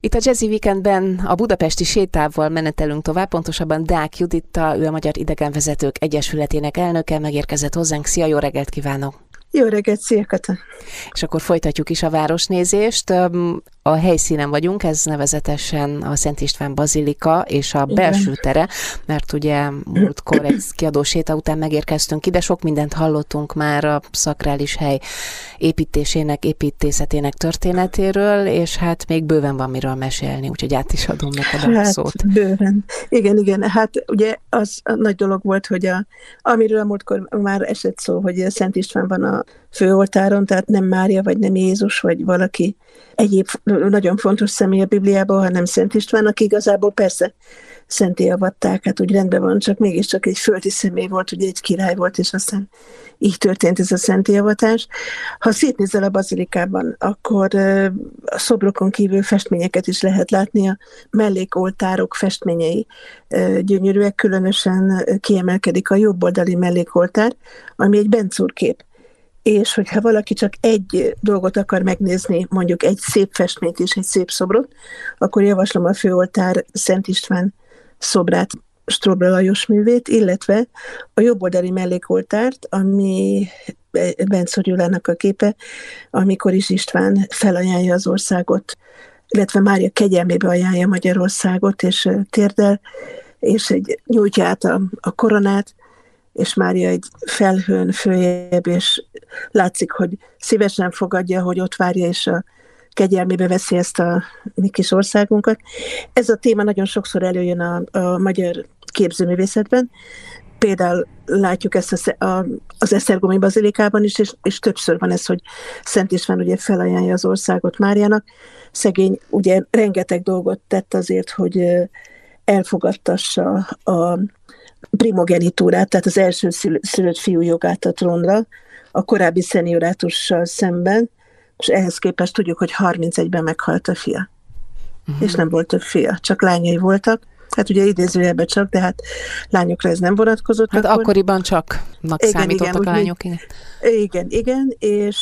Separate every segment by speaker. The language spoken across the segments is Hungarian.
Speaker 1: Itt a Jazzy Weekendben a budapesti sétával menetelünk tovább, pontosabban Deák Juditta, ő a Magyar Idegenvezetők Egyesületének elnöke, megérkezett hozzánk. Szia, jó reggelt kívánok!
Speaker 2: Jó reggelt, szia Kata!
Speaker 1: És akkor folytatjuk is a városnézést. A helyszínen vagyunk, ez nevezetesen a Szent István Bazilika és a belső tere, mert ugye múltkor egy kiadó séta után megérkeztünk ide, sok mindent hallottunk már a szakrális hely építésének, építészetének történetéről, és hát még bőven van miről mesélni, úgyhogy át is adom neked a szót.
Speaker 2: Bőven. Igen. Hát ugye az a nagy dolog volt, hogy amiről a múltkor már esett szó, hogy Szent István van a főoltáron, tehát nem Mária, vagy nem Jézus, vagy valaki egyéb nagyon fontos személy a Bibliában, hanem Szent István, aki igazából persze szenté avatták, hát úgy rendben van, csak mégiscsak egy földi személy volt, ugye egy király volt, és aztán így történt ez a szenté avatás. Ha szétnézel a bazilikában, akkor a szobrokon kívül festményeket is lehet látni, a mellékoltárok festményei gyönyörűek, különösen kiemelkedik a jobboldali mellékoltár, ami egy Benczúr kép. És hogyha valaki csak egy dolgot akar megnézni, mondjuk egy szép festményt és egy szép szobrot, akkor javaslom a főoltár Szent István szobrát, Stróbra Lajos művét, illetve a jobboldali mellékoltárt, ami Benczúr Gyulának a képe, amikor is István felajánlja az országot, illetve Mária kegyelmébe ajánlja Magyarországot, és térdel, és nyújtja át a koronát, és Mária egy felhőn följebb, és látszik, hogy szívesen fogadja, hogy ott várja, és a kegyelmébe veszi ezt a mi kis országunkat. Ez a téma nagyon sokszor előjön a magyar képzőművészetben. Például látjuk ezt az Esztergomi bazilikában is, és többször van ez, hogy Szent István ugye felajánlja az országot Máriának. Szegény ugye rengeteg dolgot tett azért, hogy elfogadtassa a primogenitúrát, tehát az első szülött fiú jogát a trónra, a korábbi szeniorátussal szemben, és ehhez képest tudjuk, hogy 31-ben meghalt a fia. És nem volt több fia, csak lányai voltak. Hát ugye idézőjelben csak, de hát lányokra ez nem vonatkozott.
Speaker 1: Hát akkor akkoriban csak számítottak a lányok.
Speaker 2: Igen,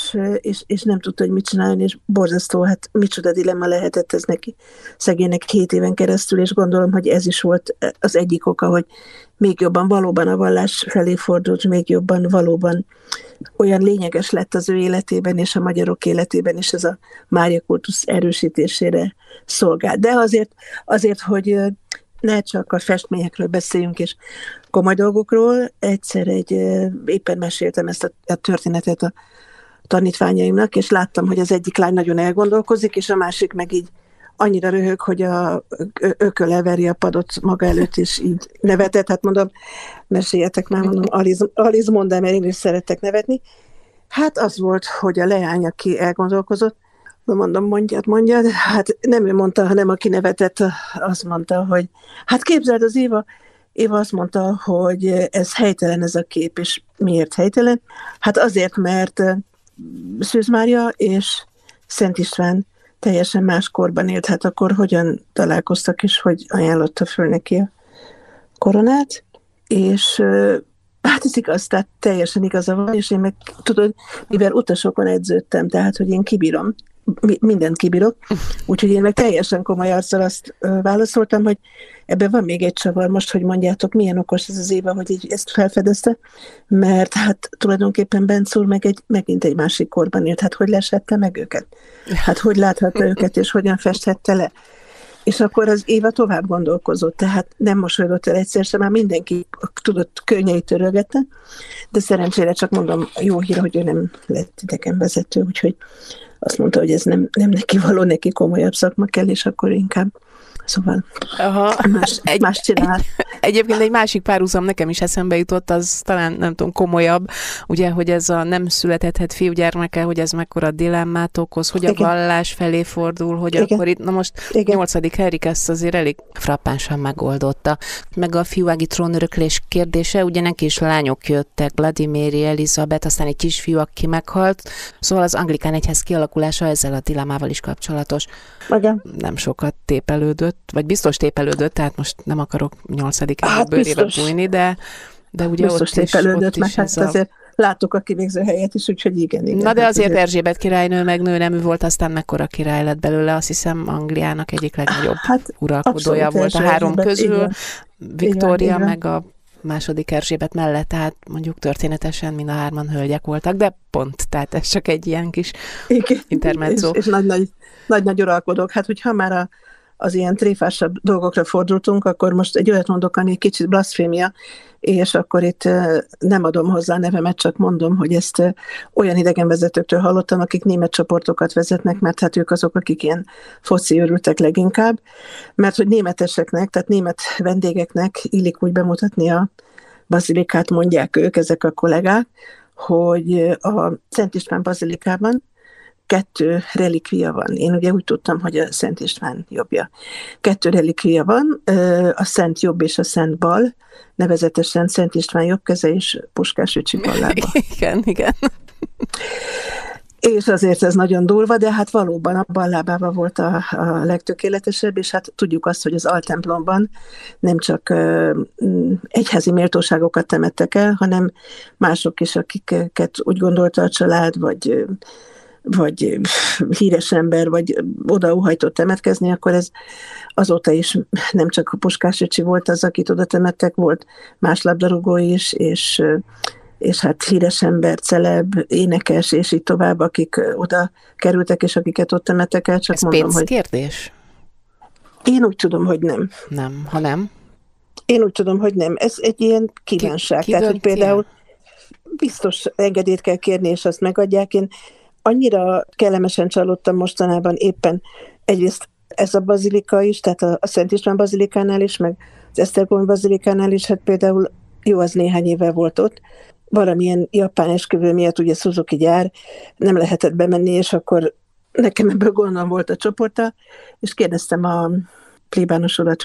Speaker 2: és nem tudta, hogy mit csinálni, és borzasztó, hát micsoda dilemma lehetett ez neki szegénynek 7 éven keresztül, és gondolom, hogy ez is volt az egyik oka, hogy még jobban valóban a vallás felé fordult, még jobban valóban olyan lényeges lett az ő életében, és a magyarok életében is ez a Mária kultusz erősítésére szolgál. De azért, hogy ne csak a festményekről beszéljünk, és komoly dolgokról. Egyszer éppen meséltem ezt a történetet a tanítványaimnak, és láttam, hogy az egyik lány nagyon elgondolkozik, és a másik meg így annyira röhög, hogy ököl leveri a padot maga előtt, és így nevetett. Hát mondom, meséljetek már, mondom, Aliz mondd el, mert én is szeretek nevetni. Hát az volt, hogy a leány, aki elgondolkozott, mondom, mondjad. Hát nem ő mondta, hanem aki nevetett, azt mondta, hogy hát képzeld, az Éva azt mondta, hogy ez helytelen ez a kép, és miért helytelen? Hát azért, mert Szűz Mária és Szent István teljesen más korban élt, hát akkor hogyan találkoztak, és hogy ajánlotta föl neki a koronát, és hát ez igaz, tehát teljesen igaza van, és én meg tudod, mivel utasokon edződtem, tehát, hogy én kibírom, mindent kibírok, úgyhogy én meg teljesen komoly arccal azt válaszoltam, hogy ebben van még egy csavar most, hogy mondjátok, milyen okos ez az Éva, hogy így ezt felfedezte, mert hát tulajdonképpen Benczúr megint egy másik korban élt, hát hogy lesette meg őket? Hát hogy láthatta őket, és hogyan festhette le? És akkor az Éva tovább gondolkozott, tehát nem mosolygott el egyszer sem, már mindenki tudott könnyeit törölgette, de szerencsére csak mondom, jó hír, hogy ő nem lett idegenvezető, úgyhogy azt mondta, hogy ez nem neki való, neki komolyabb szakma kell, és akkor inkább szóval más csinál.
Speaker 1: Egyébként egy másik párhuzam nekem is eszembe jutott, az talán nem tudom, komolyabb, ugye, hogy ez a nem született fiúgyermeke, hogy ez mekkora dilemmát okoz, hogy a vallás felé fordul, hogy akkor itt, na most 8. Henrik ezt azért elég frappánsan megoldotta. Meg a fiúági trónöröklés kérdése, ugye neki is lányok jöttek, Vladimiri, Elizabeth, aztán egy kisfiú, aki meghalt, szóval az anglikán egyház kialakulása ezzel a dilemmával is kapcsolatos. Nem sokat tépelődött, vagy biztos tépelődött, tehát most nem akarok 8. bőrébe bújni, de ugye
Speaker 2: biztos
Speaker 1: ott is,
Speaker 2: tépelődött,
Speaker 1: ott is
Speaker 2: hát azért látok a kivégző helyet is, úgyhogy igen.
Speaker 1: Na de azért Erzsébet királynő meg nőnemű volt, aztán mekkora király lett belőle, azt hiszem Angliának egyik legnagyobb uralkodója volt a három közül, igen. Viktória meg a második Erzsébet mellett, tehát mondjuk történetesen mind a hárman hölgyek voltak, de pont, tehát ez csak egy ilyen kis intermezzo.
Speaker 2: És nagy uralkodók. Hát, hogyha már az ilyen tréfásabb dolgokra fordultunk, akkor most egy olyat mondok, ami kicsit blaszfémia, és akkor itt nem adom hozzá a nevemet, csak mondom, hogy ezt olyan idegenvezetőktől hallottam, akik német csoportokat vezetnek, mert hát ők azok, akik ilyen foci őrültek leginkább, mert hogy németeseknek, tehát német vendégeknek illik úgy bemutatni a bazilikát, mondják ők, ezek a kollégák, hogy a Szent István bazilikában 2 relikvia van. Én ugye úgy tudtam, hogy a Szent István jobbja. 2 relikvia van, a Szent jobb és a Szent bal, nevezetesen Szent István jobb keze és Puskás Öcsi bal lába.
Speaker 1: Igen.
Speaker 2: És azért ez nagyon durva, de hát valóban a bal lábában volt a legtökéletesebb, és hát tudjuk azt, hogy az altemplomban nem csak egyházi méltóságokat temettek el, hanem mások is, akiket úgy gondolta a család, vagy híres ember, vagy odaóhajtott temetkezni, akkor ez azóta is nem csak a Puskás öcsi volt az, akit oda temettek, volt más labdarúgó is, és hát híres ember, celeb, énekes, és így tovább, akik oda kerültek, és akiket ott temettek el, csak
Speaker 1: ez
Speaker 2: mondom, hogy...
Speaker 1: pénzkérdés?
Speaker 2: Én úgy tudom, hogy nem.
Speaker 1: Nem, ha nem?
Speaker 2: Én úgy tudom, hogy nem. Ez egy ilyen kívánság. Tehát, hogy például biztos engedélyt kell kérni, és azt megadják. Én annyira kellemesen csalódtam mostanában éppen egyrészt ez a bazilika is, tehát a Szent István bazilikánál is, meg az Esztergomi bazilikánál is, hát például jó, az néhány éve volt ott, valamilyen japán esküvő miatt ugye Suzuki gyár, nem lehetett bemenni, és akkor nekem ebből gondom volt a csoporta, és kérdeztem a plébános urat,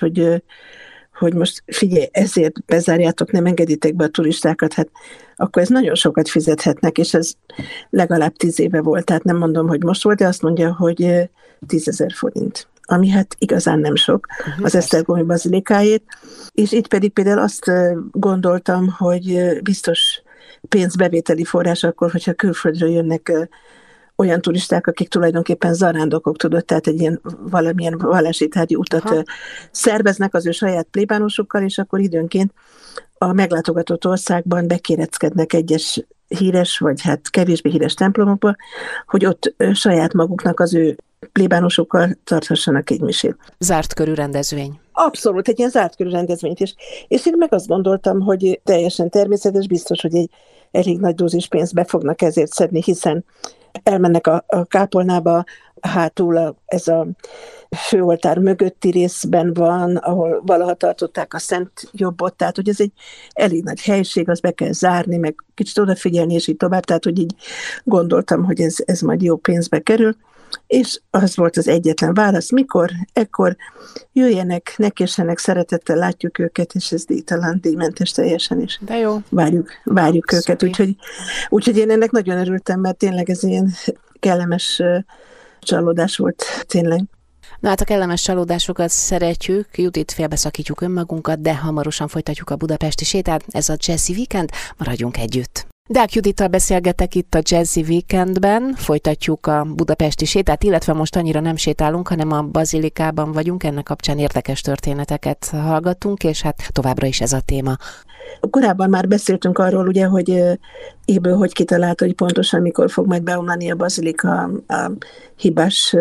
Speaker 2: hogy most figyelj, ezért bezárjátok, nem engeditek be a turistákat, hát akkor ez nagyon sokat fizethetnek, és ez legalább 10 éve volt, tehát nem mondom, hogy most volt, de azt mondja, hogy 10 000 forint, ami hát igazán nem sok az Esztergomi bazilikáért, és itt pedig például azt gondoltam, hogy biztos pénzbevételi forrás akkor, hogyha külföldről jönnek olyan turisták, akik tulajdonképpen zarándokok, tudod, tehát egy ilyen valamilyen vallási tárgyi utat szerveznek az ő saját plébánosukkal, és akkor időnként a meglátogatott országban bekéreckednek egyes híres, vagy hát kevésbé híres templomokba, hogy ott saját maguknak az ő plébánosukkal tarthassanak egy misét.
Speaker 1: Zárt körű rendezvény.
Speaker 2: Abszolút, egy ilyen zárt körű rendezvényt is. És én meg azt gondoltam, hogy teljesen természetes, biztos, hogy egy elég nagy dózis pénzt be fognak ezért szedni, hiszen elmennek a kápolnába, hátul ez a főoltár mögötti részben van, ahol valaha tartották a Szent jobbot, tehát hogy ez egy elég nagy helység, azt be kell zárni, meg kicsit odafigyelni, és így tovább, tehát hogy így gondoltam, hogy ez majd jó pénzbe kerül, és az volt az egyetlen válasz, mikor, ekkor jöjjenek, nekéssenek, szeretettel látjuk őket, és ez díjtalan, díjmentes teljesen is.
Speaker 1: De jó.
Speaker 2: Várjuk őket, úgyhogy én ennek nagyon örültem, mert tényleg ez ilyen kellemes csalódás volt, tényleg.
Speaker 1: Na hát a kellemes csalódásokat szeretjük, Judit, félbeszakítjuk önmagunkat, de hamarosan folytatjuk a budapesti sétát, ez a Jazzy Weekend, maradjunk együtt. Deák Judittal beszélgetek itt a Jazzy Weekendben, folytatjuk a budapesti sétát, illetve most annyira nem sétálunk, hanem a bazilikában vagyunk, ennek kapcsán érdekes történeteket hallgatunk, és hát továbbra is ez a téma.
Speaker 2: Korábban már beszéltünk arról, ugye, hogy Éből hogy kitalálta, hogy pontosan mikor fog majd beomlani a bazilika a hibás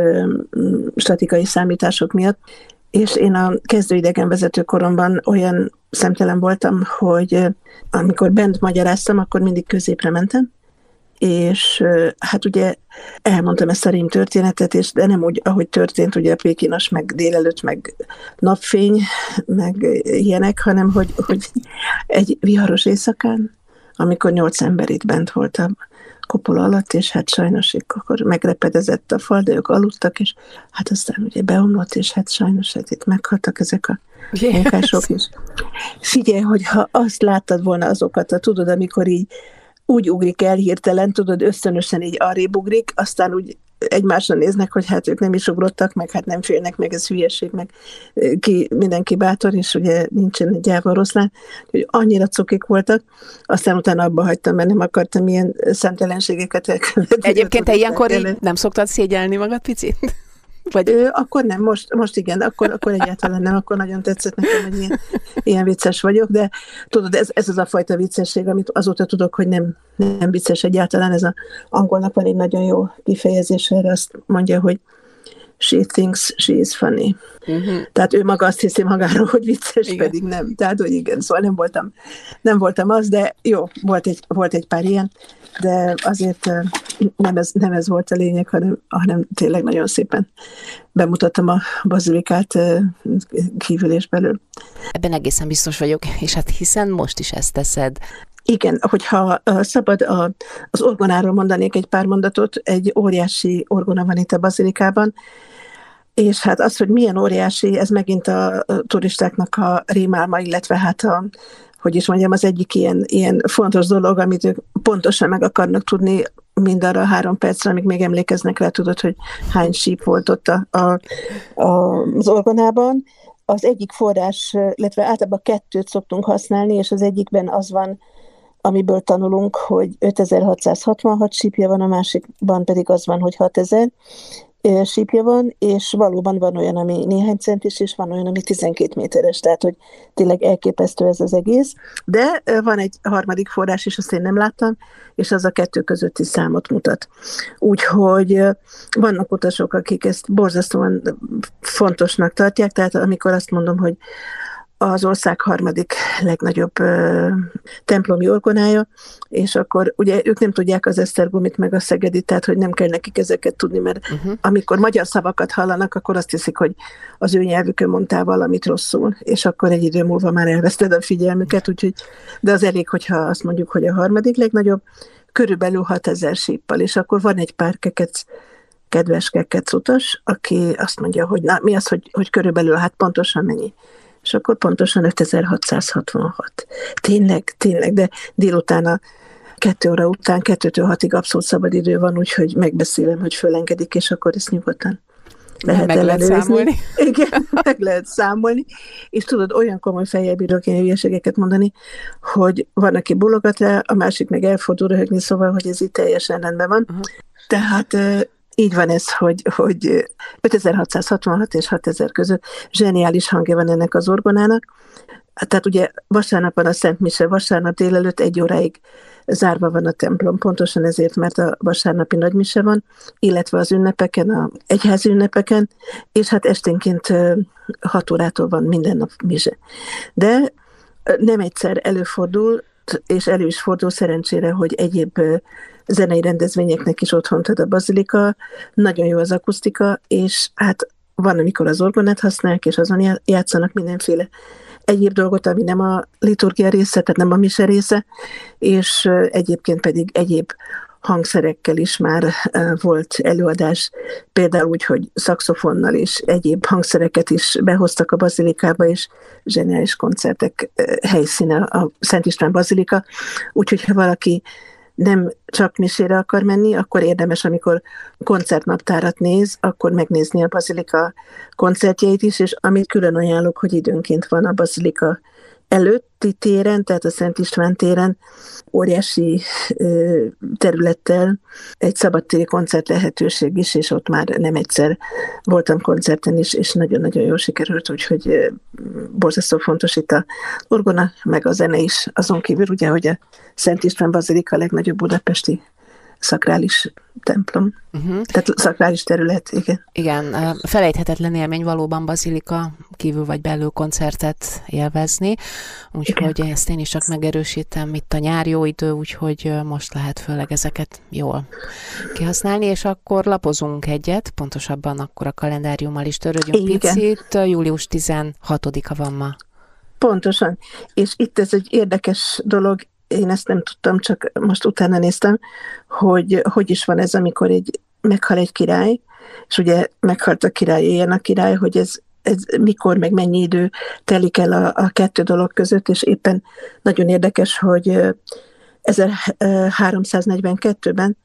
Speaker 2: statikai számítások miatt, és én a kezdő idegenvezető koromban olyan szemtelen voltam, hogy amikor bent magyaráztam, akkor mindig középre mentem, és hát ugye elmondtam ezt a rém történetet, de nem úgy, ahogy történt, ugye a pékinas, meg délelőtt, meg napfény, meg ilyenek, hanem hogy egy viharos éjszakán, amikor 8 ember itt bent volt a kupola alatt, és hát sajnos akkor megrepedezett a fal, de ők aludtak, és hát aztán ugye beomlott, és hát sajnos hát itt meghaltak ezek a munkások is. Figyelj, hogyha azt láttad volna azokat, tudod, amikor így úgy ugrik el hirtelen, tudod, ösztönösen így arrébb ugrik, aztán úgy egymásra néznek, hogy hát ők nem is ugrottak, meg hát nem félnek, meg ez hülyeség, meg mindenki bátor, és ugye nincsen egy gyáva oroszlán, hogy annyira cukik voltak, aztán utána abba hagytam, mert nem akartam ilyen szemtelenségeket elkövetni.
Speaker 1: Egyébként te ilyenkor így nem szoktad szégyelni magad picit?
Speaker 2: Vagy... Akkor nem, most igen, akkor egyáltalán nem, akkor nagyon tetszett nekem, hogy ilyen vicces vagyok, de tudod, ez az a fajta viccesség, amit azóta tudok, hogy nem vicces egyáltalán, ez a angolnak van egy nagyon jó kifejezés erre, azt mondja, hogy she thinks she is funny. Uh-huh. Tehát ő maga azt hiszi magáról, hogy vicces, igen. Pedig nem. Tehát, hogy igen, szóval nem voltam az, de jó, volt egy pár ilyen, de azért nem ez volt a lényeg, hanem tényleg nagyon szépen bemutattam a bazilikát kívül és belül.
Speaker 1: Ebben egészen biztos vagyok, és hát hiszen most is ezt teszed.
Speaker 2: Igen, hogyha szabad az orgonáról mondanék egy pár mondatot, egy óriási orgona van itt a bazilikában, és hát az, hogy milyen óriási, ez megint a turistáknak a rémálma, illetve hát hogy is mondjam, az egyik ilyen fontos dolog, amit ők pontosan meg akarnak tudni mindarra a 3 percre, amíg még emlékeznek rá, tudod, hogy hány síp volt ott az orgonában. Az egyik forrás, illetve általában 2 szoktunk használni, és az egyikben az van, amiből tanulunk, hogy 5666 sípja van, a másikban pedig az van, hogy 6000 sípja van, és valóban van olyan, ami néhány centis, és van olyan, ami 12 méteres, tehát hogy tényleg elképesztő ez az egész. De van egy harmadik forrás is, azt én nem láttam, és az a 2 közötti számot mutat. Úgyhogy vannak utasok, akik ezt borzasztóan fontosnak tartják, tehát amikor azt mondom, hogy az ország harmadik legnagyobb templomi orgonája, és akkor ugye ők nem tudják az esztergomit meg a szegedit, tehát hogy nem kell nekik ezeket tudni, mert amikor magyar szavakat hallanak, akkor azt hiszik, hogy az ő nyelvükön mondtál valamit rosszul, és akkor egy idő múlva már elveszted a figyelmüket, úgyhogy, de az elég, hogyha azt mondjuk, hogy a harmadik legnagyobb, körülbelül 6000 síppal, és akkor van egy pár kedves kekec utas, aki azt mondja, hogy na, mi az, hogy körülbelül, hát pontosan mennyi. És akkor pontosan 5666. Tényleg, de délután 2 óra után 2-től 6-ig abszolút szabad idő van, úgyhogy megbeszélem, hogy fölengedik, és akkor ezt nyugodtan lehet
Speaker 1: számolni.
Speaker 2: Igen, meg lehet számolni. És tudod, olyan komoly fejjel bírok ilyen hülyeségeket mondani, hogy van, aki bulogat rá, a másik meg elfordul röhögni, szóval, hogy ez itt teljesen rendben van. Uh-huh. Tehát így van ez, hogy 5666 és 6000 között zseniális hangja van ennek az orgonának. Tehát ugye vasárnap van a Szent Mise, vasárnap délelőtt 1 óráig zárva van a templom, pontosan ezért, mert a vasárnapi nagymise van, illetve az ünnepeken, a egyházi ünnepeken, és hát esténként 6 órától van minden nap mise. De nem egyszer előfordul, és elő is fordul szerencsére, hogy egyéb zenei rendezvényeknek is otthont ad a bazilika, nagyon jó az akusztika, és hát van, amikor az orgonát használják, és azon játszanak mindenféle egyéb dolgot, ami nem a liturgia része, tehát nem a mise része, és egyébként pedig egyéb hangszerekkel is már volt előadás, például úgy, hogy szaxofonnal és egyéb hangszereket is behoztak a bazilikába, és zseniális koncertek helyszíne a Szent István bazilika, úgyhogy ha valaki nem csak misére akar menni, akkor érdemes, amikor koncertnaptárat néz, akkor megnézni a bazilika koncertjeit is, és amit külön ajánlok, hogy időnként van a bazilika előtti téren, tehát a Szent István téren óriási területtel egy szabadtéri koncert lehetőség is, és ott már nem egyszer voltam koncerten is, és nagyon-nagyon jól sikerült, úgyhogy borzasztó fontos itt a orgona, meg a zene is. Azon kívül ugye, hogy a Szent István bazilika a legnagyobb budapesti szakrális templom. Tehát szakrális terület, igen.
Speaker 1: Igen, felejthetetlen élmény valóban bazilika kívül vagy belül koncertet élvezni, úgyhogy ezt én is csak megerősítem, itt a nyár jó idő, úgyhogy most lehet főleg ezeket jól kihasználni, és akkor lapozunk egyet, pontosabban akkor a kalendáriummal is törődjünk picit, július 16-a van ma.
Speaker 2: Pontosan, és itt ez egy érdekes dolog, én ezt nem tudtam, csak most utána néztem, hogy is van ez, amikor meghal egy király, és ugye meghalt a király, éljen a király, hogy ez mikor, meg mennyi idő telik el a 2 dolog között, és éppen nagyon érdekes, hogy 1342-ben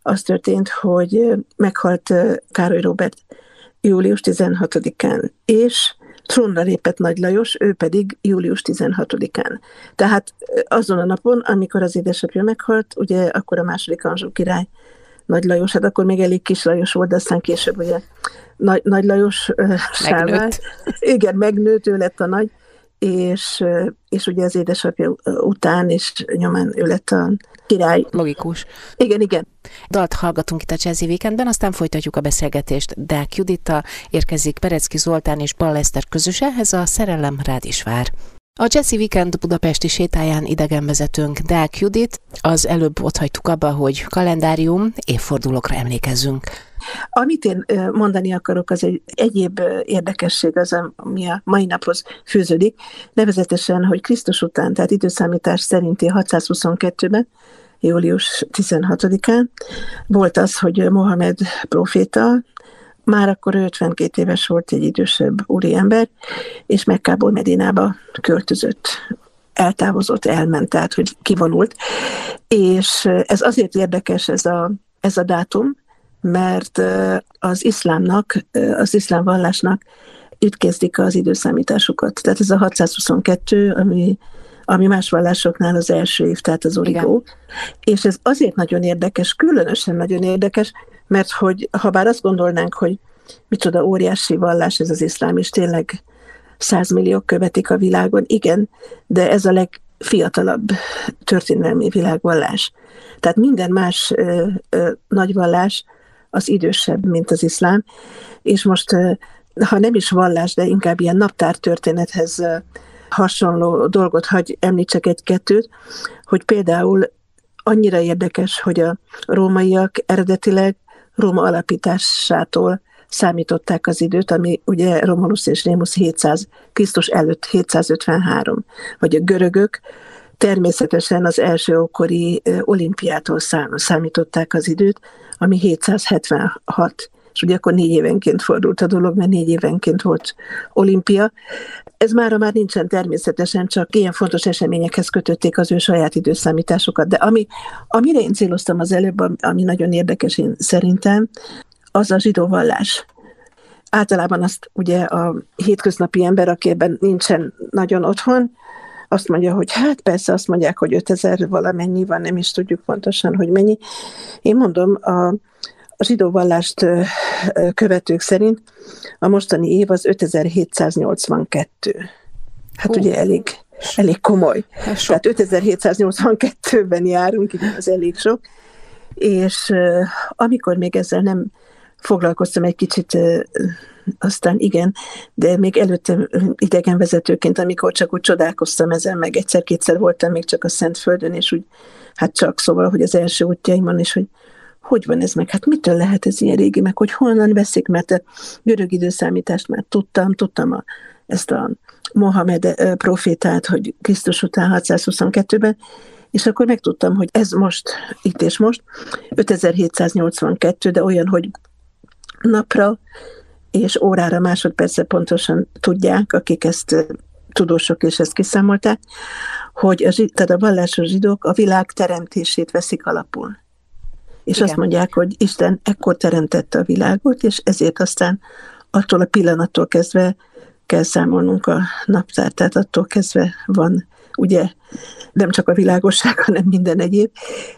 Speaker 2: az történt, hogy meghalt Károly Róbert július 16-án, és trónra lépett Nagy Lajos, ő pedig július 16-án. Tehát azon a napon, amikor az édesapja meghalt, ugye akkor a második Anjou király Nagy Lajos, hát akkor még elég kis Lajos volt, de aztán később ugye Nagy Lajos
Speaker 1: megnőtt.
Speaker 2: Igen, megnőtt, ő lett a nagy, és ugye az édesapja után és nyomán ő lett a király.
Speaker 1: Logikus.
Speaker 2: Igen.
Speaker 1: Dalt hallgatunk itt a Jazzy Weekendben, aztán folytatjuk a beszélgetést Deák Judittal, érkezik Perecki Zoltán és Ball Eszter közöse, ehhez a Szerelem rád is vár. A Jazzy Weekend budapesti sétáján idegenvezetőnk Deák Judit, az előbb ott hagytuk abba, hogy kalendárium, évfordulókra emlékezzünk.
Speaker 2: Amit én mondani akarok, az egy egyéb érdekesség az, ami a mai naphoz fűződik, nevezetesen, hogy Krisztus után, tehát időszámítás szerinti 622-ben, július 16-án volt az, hogy Mohamed próféta, már akkor 52 éves volt, egy idősebb úriember, és Mekkából Medinába költözött, eltávozott, elment, tehát hogy kivonult. És ez azért érdekes ez a dátum, mert az iszlámnak, az iszlám vallásnak itt kezdik az időszámításukat. Tehát ez a 622, ami más vallásoknál az első év, tehát az origó. És ez azért nagyon érdekes, különösen nagyon érdekes, mert hogy ha bár azt gondolnánk, hogy micsoda óriási vallás ez az iszlám, és tényleg 100 milliók követik a világon, igen, de ez a legfiatalabb történelmi világvallás. Tehát minden más nagy vallás az idősebb, mint az iszlám, és most, ha nem is vallás, de inkább ilyen naptártörténethez hasonló dolgot hagy említsek egy-kettőt, hogy például annyira érdekes, hogy a rómaiak eredetileg Róma alapításától számították az időt, ami ugye Romulus és Rémus 700, Krisztus előtt 753, vagy a görögök természetesen az első ókori olimpiától számították az időt, ami 776. És ugye akkor 4 évenként fordult a dolog, mert 4 évenként volt olimpia. Ez mára már nincsen természetesen, csak ilyen fontos eseményekhez kötötték az ő saját időszámításokat. De amire én céloztam az előbb, ami nagyon érdekes én szerintem, az a zsidó vallás. Általában azt ugye a hétköznapi ember, akiben nincsen nagyon otthon, azt mondja, hogy hát persze azt mondják, hogy 5000 valamennyi van, nem is tudjuk pontosan, hogy mennyi. Én mondom, a zsidó vallást követők szerint a mostani év az 5782. Hát ugye elég komoly. Tehát 5782-ben járunk, az elég sok. És amikor még ezzel nem foglalkoztam egy kicsit, aztán igen, de még előtte idegenvezetőként, amikor csak úgy csodálkoztam ezen, meg egyszer-kétszer voltam még csak a Szentföldön, és úgy, hát csak szóval, hogy az első útjaimon, és hogy van ez meg, hát mitől lehet ez ilyen régi, meg hogy honnan veszik, mert a görög időszámítást már tudtam ezt a Mohamed profétát, hogy Krisztus után 622-ben, és akkor megtudtam, hogy ez most, itt és most, 5782, de olyan, hogy napra és órára, másodpercre pontosan tudják, akik ezt tudósok és ezt kiszámolták, hogy tehát a vallásos zsidók a világ teremtését veszik alapul. És igen, azt mondják, hogy Isten ekkor teremtette a világot, és ezért aztán attól a pillanattól kezdve kell számolnunk a naptárt, tehát attól kezdve van, ugye, nem csak a világosság, hanem minden egyéb,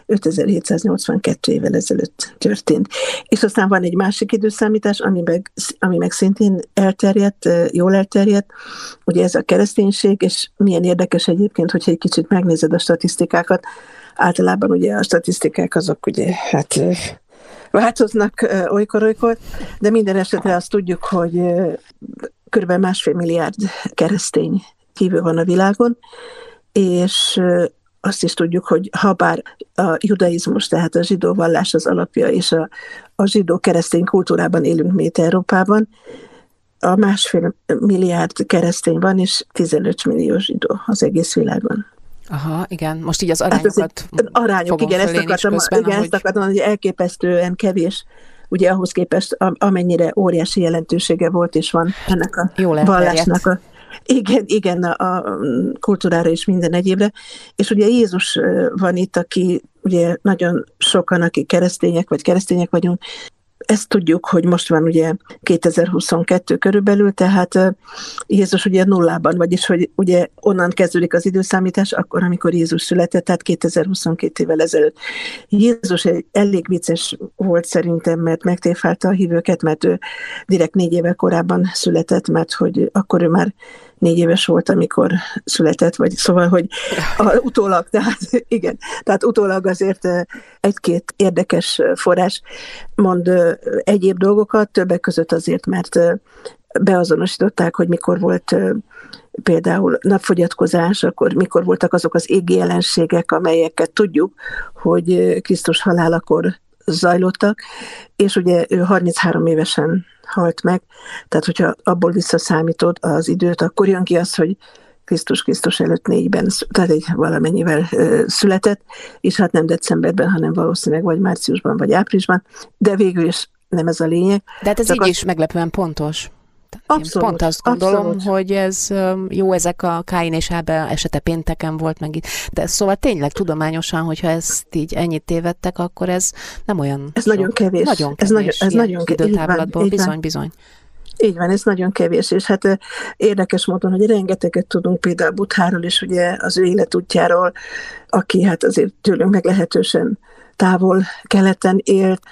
Speaker 2: 5782 évvel ezelőtt történt. És aztán van egy másik időszámítás, ami meg szintén elterjedt, jól elterjedt, ugye ez a kereszténység, és milyen érdekes egyébként, hogyha egy kicsit megnézed a statisztikákat, általában ugye a statisztikák azok ugye, hát változnak olykor, de minden esetre azt tudjuk, hogy kb. 1,5 milliárd keresztény hívő van a világon, és azt is tudjuk, hogy habár a judaizmus, tehát a zsidó vallás az alapja, és a zsidó keresztény kultúrában élünk mi itt Európában, a 1,5 milliárd keresztény van, és 15 millió zsidó az egész világon.
Speaker 1: Aha, igen. Most így az arányokat
Speaker 2: arányok, igen, ezt akartam, hogy elképesztően kevés, ugye ahhoz képest, amennyire óriási jelentősége volt, és van ennek a vallásnak igen, a kultúrára és minden egyébre. És ugye Jézus van itt, aki ugye nagyon sokan, akik keresztények vagyunk, ezt tudjuk, hogy most van ugye 2022 körülbelül, tehát Jézus ugye nullában, vagyis hogy ugye onnan kezdődik az időszámítás, akkor, amikor Jézus született, tehát 2022 évvel ezelőtt. Jézus egy elég vicces volt szerintem, mert megtéfálta a hívőket, mert ő direkt 4 éve korábban született, mert hogy akkor ő már 4 éves volt, amikor született, vagy szóval, hogy utólag, tehát igen, tehát utólag azért egy-két érdekes forrás mond egyéb dolgokat, többek között azért, mert beazonosították, hogy mikor volt például napfogyatkozás, akkor mikor voltak azok az égi jelenségek, amelyeket tudjuk, hogy Krisztus halálakor zajlottak, és ugye ő 33 évesen halt meg, tehát hogyha abból visszaszámítod az időt, akkor jön ki az, hogy Krisztus előtt 4-ben, tehát egy valamennyivel született, és hát nem decemberben, hanem valószínűleg vagy márciusban, vagy áprilisban, de végül is nem ez a lényeg.
Speaker 1: De hát ez így is meglepően pontos.
Speaker 2: Abszolút,
Speaker 1: pont azt gondolom,
Speaker 2: abszolút.
Speaker 1: Hogy ez jó, ezek a Káin és Ábel esete pénteken volt meg itt. De szóval tényleg tudományosan, hogyha ezt így ennyit tévedtek, akkor ez nem olyan
Speaker 2: Ez sok. Nagyon kevés.
Speaker 1: Nagyon kevés.
Speaker 2: Ez nagyon
Speaker 1: időtávlatból. Bizony.
Speaker 2: Így van, ez nagyon kevés, és hát érdekes módon, hogy rengeteget tudunk például Buddháról is, ugye az ő életútjáról, aki hát azért tőlünk meglehetősen távol keleten élt,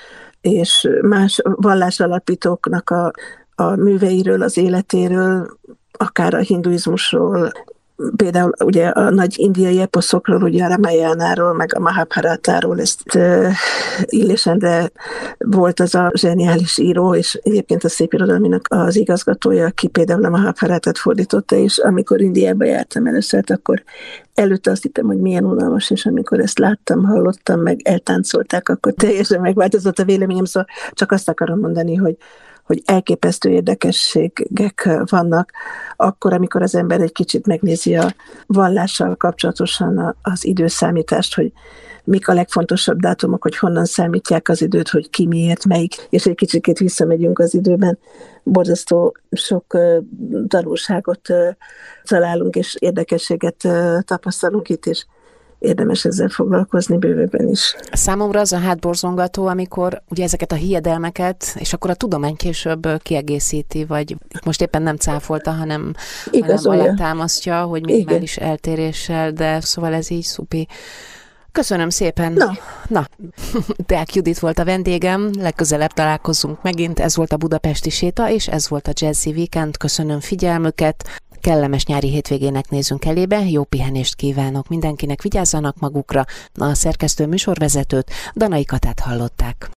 Speaker 2: és más vallásalapítóknak a műveiről, az életéről, akár a hinduizmusról, például ugye a nagy indiai eposzokról, ugye a Ramajánáról, meg a Mahabharatáról, ezt Illés Endre volt az a zseniális író, és egyébként a Szépirodalminak az igazgatója, aki például a Mahabharatát fordította, és amikor Indiába jártam először, akkor előtte azt hittem, hogy milyen unalmas, és amikor ezt láttam, hallottam, meg eltáncolták, akkor teljesen megváltozott a véleményem, szóval csak azt akarom mondani, hogy elképesztő érdekességek vannak, akkor, amikor az ember egy kicsit megnézi a vallással kapcsolatosan az időszámítást, hogy mik a legfontosabb dátumok, hogy honnan számítják az időt, hogy ki miért, melyik, és egy kicsikét visszamegyünk az időben. Borzasztó sok tanulságot találunk, és érdekességet tapasztalunk itt, és érdemes ezzel foglalkozni bővebben is.
Speaker 1: Számomra az a hátborzongató, amikor ugye ezeket a hiedelmeket, és akkor a tudomány később kiegészíti, vagy most éppen nem cáfolta, hanem alátámasztja, hogy minimális eltéréssel, de szóval ez így szupi. Köszönöm szépen. Na. Deák Judit volt a vendégem, legközelebb találkozunk megint. Ez volt a Budapesti Séta, és ez volt a Jazzy Weekend. Köszönöm figyelmüket. Kellemes nyári hétvégének nézünk elébe, jó pihenést kívánok mindenkinek, vigyázzanak magukra. A szerkesztő műsorvezetőt, Danai Katát hallották.